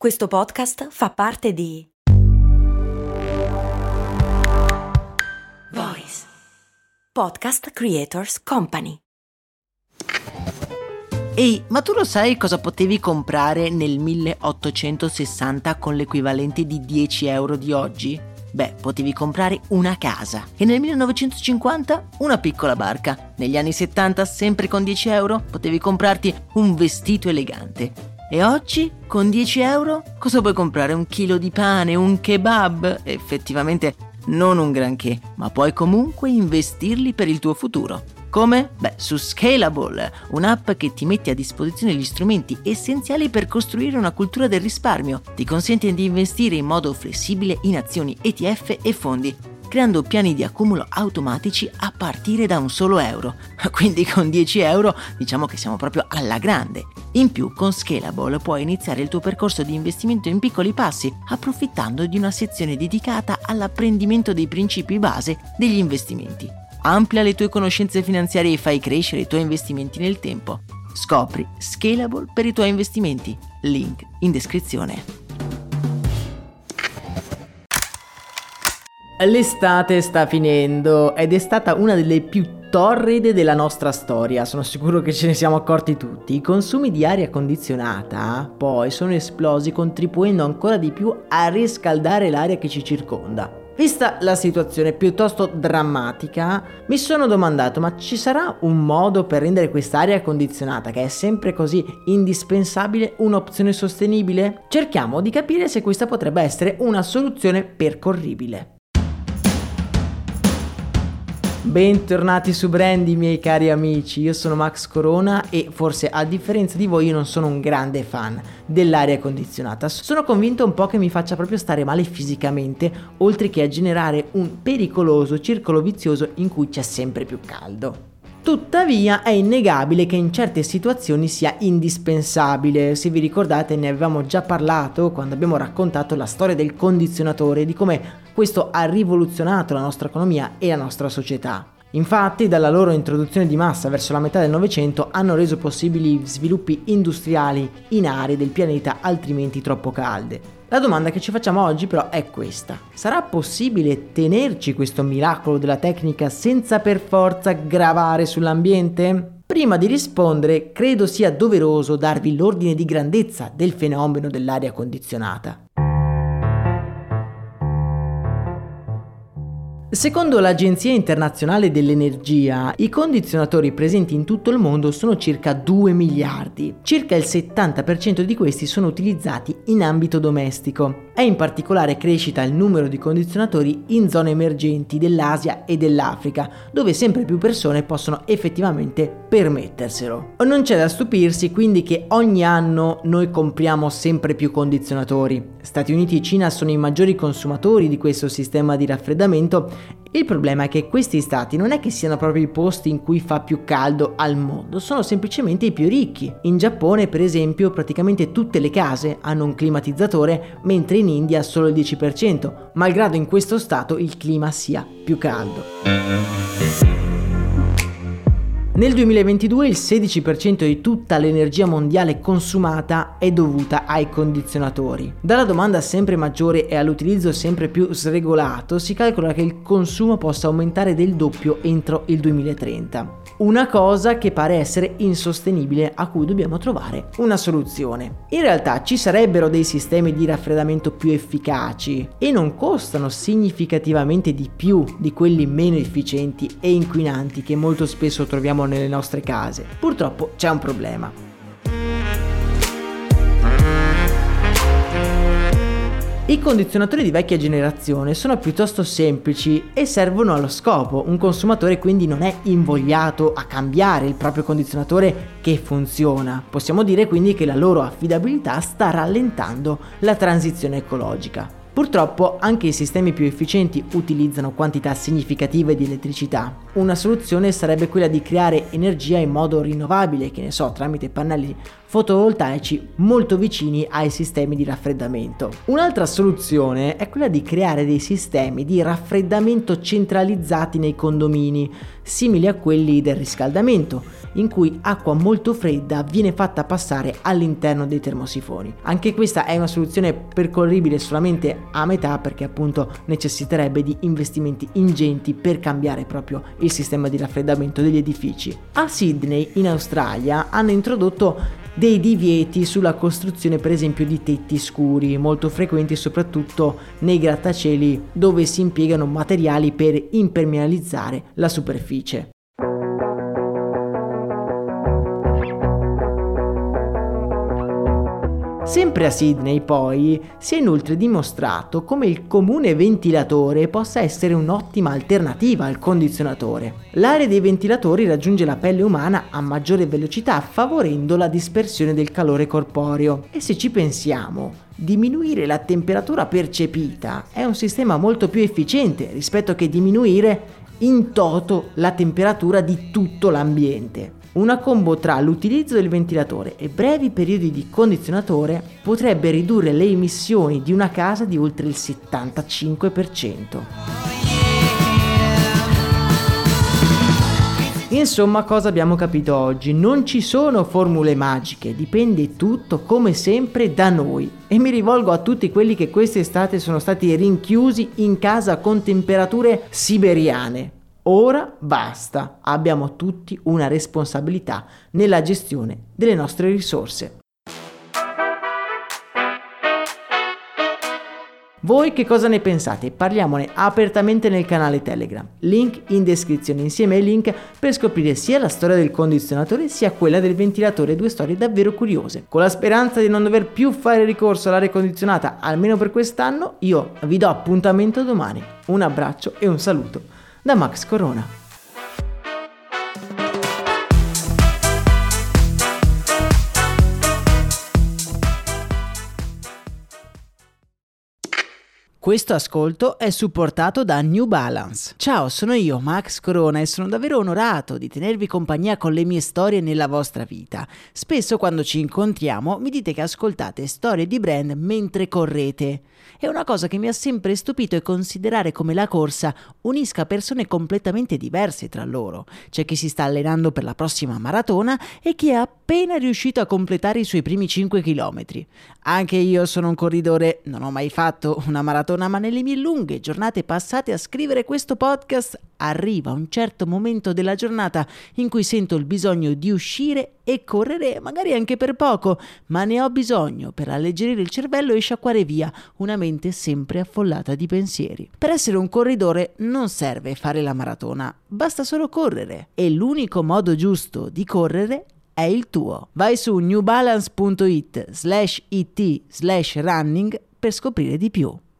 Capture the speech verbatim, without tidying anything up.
Questo podcast fa parte di Voice Podcast Creators Company. Ehi, ma tu lo sai cosa potevi comprare nel milleottocentosessanta con l'equivalente di dieci euro di oggi? Beh, potevi comprare una casa e nel millenovecentocinquanta una piccola barca. Negli anni settanta, sempre con dieci euro, potevi comprarti un vestito elegante. E oggi, con dieci euro, cosa puoi comprare? Un chilo di pane, un kebab? Effettivamente non un granché, ma puoi comunque investirli per il tuo futuro. Come? Beh, su Scalable, un'app che ti mette a disposizione gli strumenti essenziali per costruire una cultura del risparmio. Ti consente di investire in modo flessibile in azioni, E T F e fondi, creando piani di accumulo automatici a partire da un solo euro. Quindi con dieci euro diciamo che siamo proprio alla grande. In più, con Scalable puoi iniziare il tuo percorso di investimento in piccoli passi, approfittando di una sezione dedicata all'apprendimento dei principi base degli investimenti. Amplia le tue conoscenze finanziarie e fai crescere i tuoi investimenti nel tempo. Scopri Scalable per i tuoi investimenti. Link in descrizione. L'estate sta finendo ed è stata una delle più torride della nostra storia, sono sicuro che ce ne siamo accorti tutti. I consumi di aria condizionata poi sono esplosi, contribuendo ancora di più a riscaldare l'aria che ci circonda. Vista la situazione piuttosto drammatica, mi sono domandato: ma ci sarà un modo per rendere quest'aria condizionata, che è sempre così indispensabile, un'opzione sostenibile? Cerchiamo di capire se questa potrebbe essere una soluzione percorribile. Bentornati su Brandy, miei cari amici, io sono Max Corona e forse a differenza di voi io non sono un grande fan dell'aria condizionata. Sono convinto un po' che mi faccia proprio stare male fisicamente, oltre che a generare un pericoloso circolo vizioso in cui c'è sempre più caldo. Tuttavia è innegabile che in certe situazioni sia indispensabile. Se vi ricordate, ne avevamo già parlato quando abbiamo raccontato la storia del condizionatore, di come questo ha rivoluzionato la nostra economia e la nostra società. Infatti, dalla loro introduzione di massa verso la metà del Novecento hanno reso possibili sviluppi industriali in aree del pianeta altrimenti troppo calde. La domanda che ci facciamo oggi però è questa: sarà possibile tenerci questo miracolo della tecnica senza per forza gravare sull'ambiente? Prima di rispondere, credo sia doveroso darvi l'ordine di grandezza del fenomeno dell'aria condizionata. Secondo l'Agenzia Internazionale dell'Energia, i condizionatori presenti in tutto il mondo sono circa due miliardi. Circa il settanta per cento di questi sono utilizzati in ambito domestico. È in particolare crescita il numero di condizionatori in zone emergenti dell'Asia e dell'Africa, dove sempre più persone possono effettivamente permetterselo. Non c'è da stupirsi quindi che ogni anno noi compriamo sempre più condizionatori. Stati Uniti e Cina sono i maggiori consumatori di questo sistema di raffreddamento. Il problema è che questi stati non è che siano proprio i posti in cui fa più caldo al mondo, sono semplicemente i più ricchi. In Giappone, per esempio, praticamente tutte le case hanno un climatizzatore, mentre in India solo il dieci per cento, malgrado in questo stato il clima sia più caldo. Nel duemilaventidue il sedici per cento di tutta l'energia mondiale consumata è dovuta ai condizionatori. Dalla domanda sempre maggiore e all'utilizzo sempre più sregolato si calcola che il consumo possa aumentare del doppio entro il duemilatrenta. Una cosa che pare essere insostenibile, a cui dobbiamo trovare una soluzione. In realtà ci sarebbero dei sistemi di raffreddamento più efficaci e non costano significativamente di più di quelli meno efficienti e inquinanti che molto spesso troviamo nelle nostre case. Purtroppo c'è un problema. I condizionatori di vecchia generazione sono piuttosto semplici e servono allo scopo. Un consumatore quindi non è invogliato a cambiare il proprio condizionatore che funziona. Possiamo dire quindi che la loro affidabilità sta rallentando la transizione ecologica. Purtroppo anche i sistemi più efficienti utilizzano quantità significative di elettricità. Una soluzione sarebbe quella di creare energia in modo rinnovabile, che ne so, tramite pannelli fotovoltaici molto vicini ai sistemi di raffreddamento. Un'altra soluzione è quella di creare dei sistemi di raffreddamento centralizzati nei condomini, simili a quelli del riscaldamento, in cui acqua molto fredda viene fatta passare all'interno dei termosifoni. Anche questa è una soluzione percorribile solamente a metà, perché appunto necessiterebbe di investimenti ingenti per cambiare proprio il sistema di raffreddamento degli edifici. A Sydney, in Australia, hanno introdotto dei divieti sulla costruzione per esempio di tetti scuri, molto frequenti soprattutto nei grattacieli dove si impiegano materiali per impermeabilizzare la superficie. Sempre a Sydney poi si è inoltre dimostrato come il comune ventilatore possa essere un'ottima alternativa al condizionatore. L'aria dei ventilatori raggiunge la pelle umana a maggiore velocità, favorendo la dispersione del calore corporeo. E se ci pensiamo, diminuire la temperatura percepita è un sistema molto più efficiente rispetto che diminuire in toto la temperatura di tutto l'ambiente. Una combo tra l'utilizzo del ventilatore e brevi periodi di condizionatore potrebbe ridurre le emissioni di una casa di oltre il settantacinque per cento. Insomma, cosa abbiamo capito oggi? Non ci sono formule magiche, dipende tutto come sempre da noi. E mi rivolgo a tutti quelli che quest'estate sono stati rinchiusi in casa con temperature siberiane. Ora basta, abbiamo tutti una responsabilità nella gestione delle nostre risorse. Voi che cosa ne pensate? Parliamone apertamente nel canale Telegram, link in descrizione insieme ai link per scoprire sia la storia del condizionatore sia quella del ventilatore, due storie davvero curiose. Con la speranza di non dover più fare ricorso all'aria condizionata almeno per quest'anno, io vi do appuntamento domani. Un abbraccio e un saluto da Max Corona. Questo ascolto è supportato da New Balance. Ciao, sono io, Max Corona, e sono davvero onorato di tenervi compagnia con le mie storie nella vostra vita. Spesso quando ci incontriamo mi dite che ascoltate storie di brand mentre correte. E una cosa che mi ha sempre stupito è considerare come la corsa unisca persone completamente diverse tra loro. C'è chi si sta allenando per la prossima maratona e chi è appena riuscito a completare i suoi primi cinque chilometri. Anche io sono un corridore, non ho mai fatto una maratona, ma nelle mie lunghe giornate passate a scrivere questo podcast arriva un certo momento della giornata in cui sento il bisogno di uscire e correre, magari anche per poco, ma ne ho bisogno per alleggerire il cervello e sciacquare via una mente sempre affollata di pensieri. Per essere un corridore non serve fare la maratona, basta solo correre, e l'unico modo giusto di correre è il tuo. Vai su newbalance punto it slash it slash running per scoprire di più.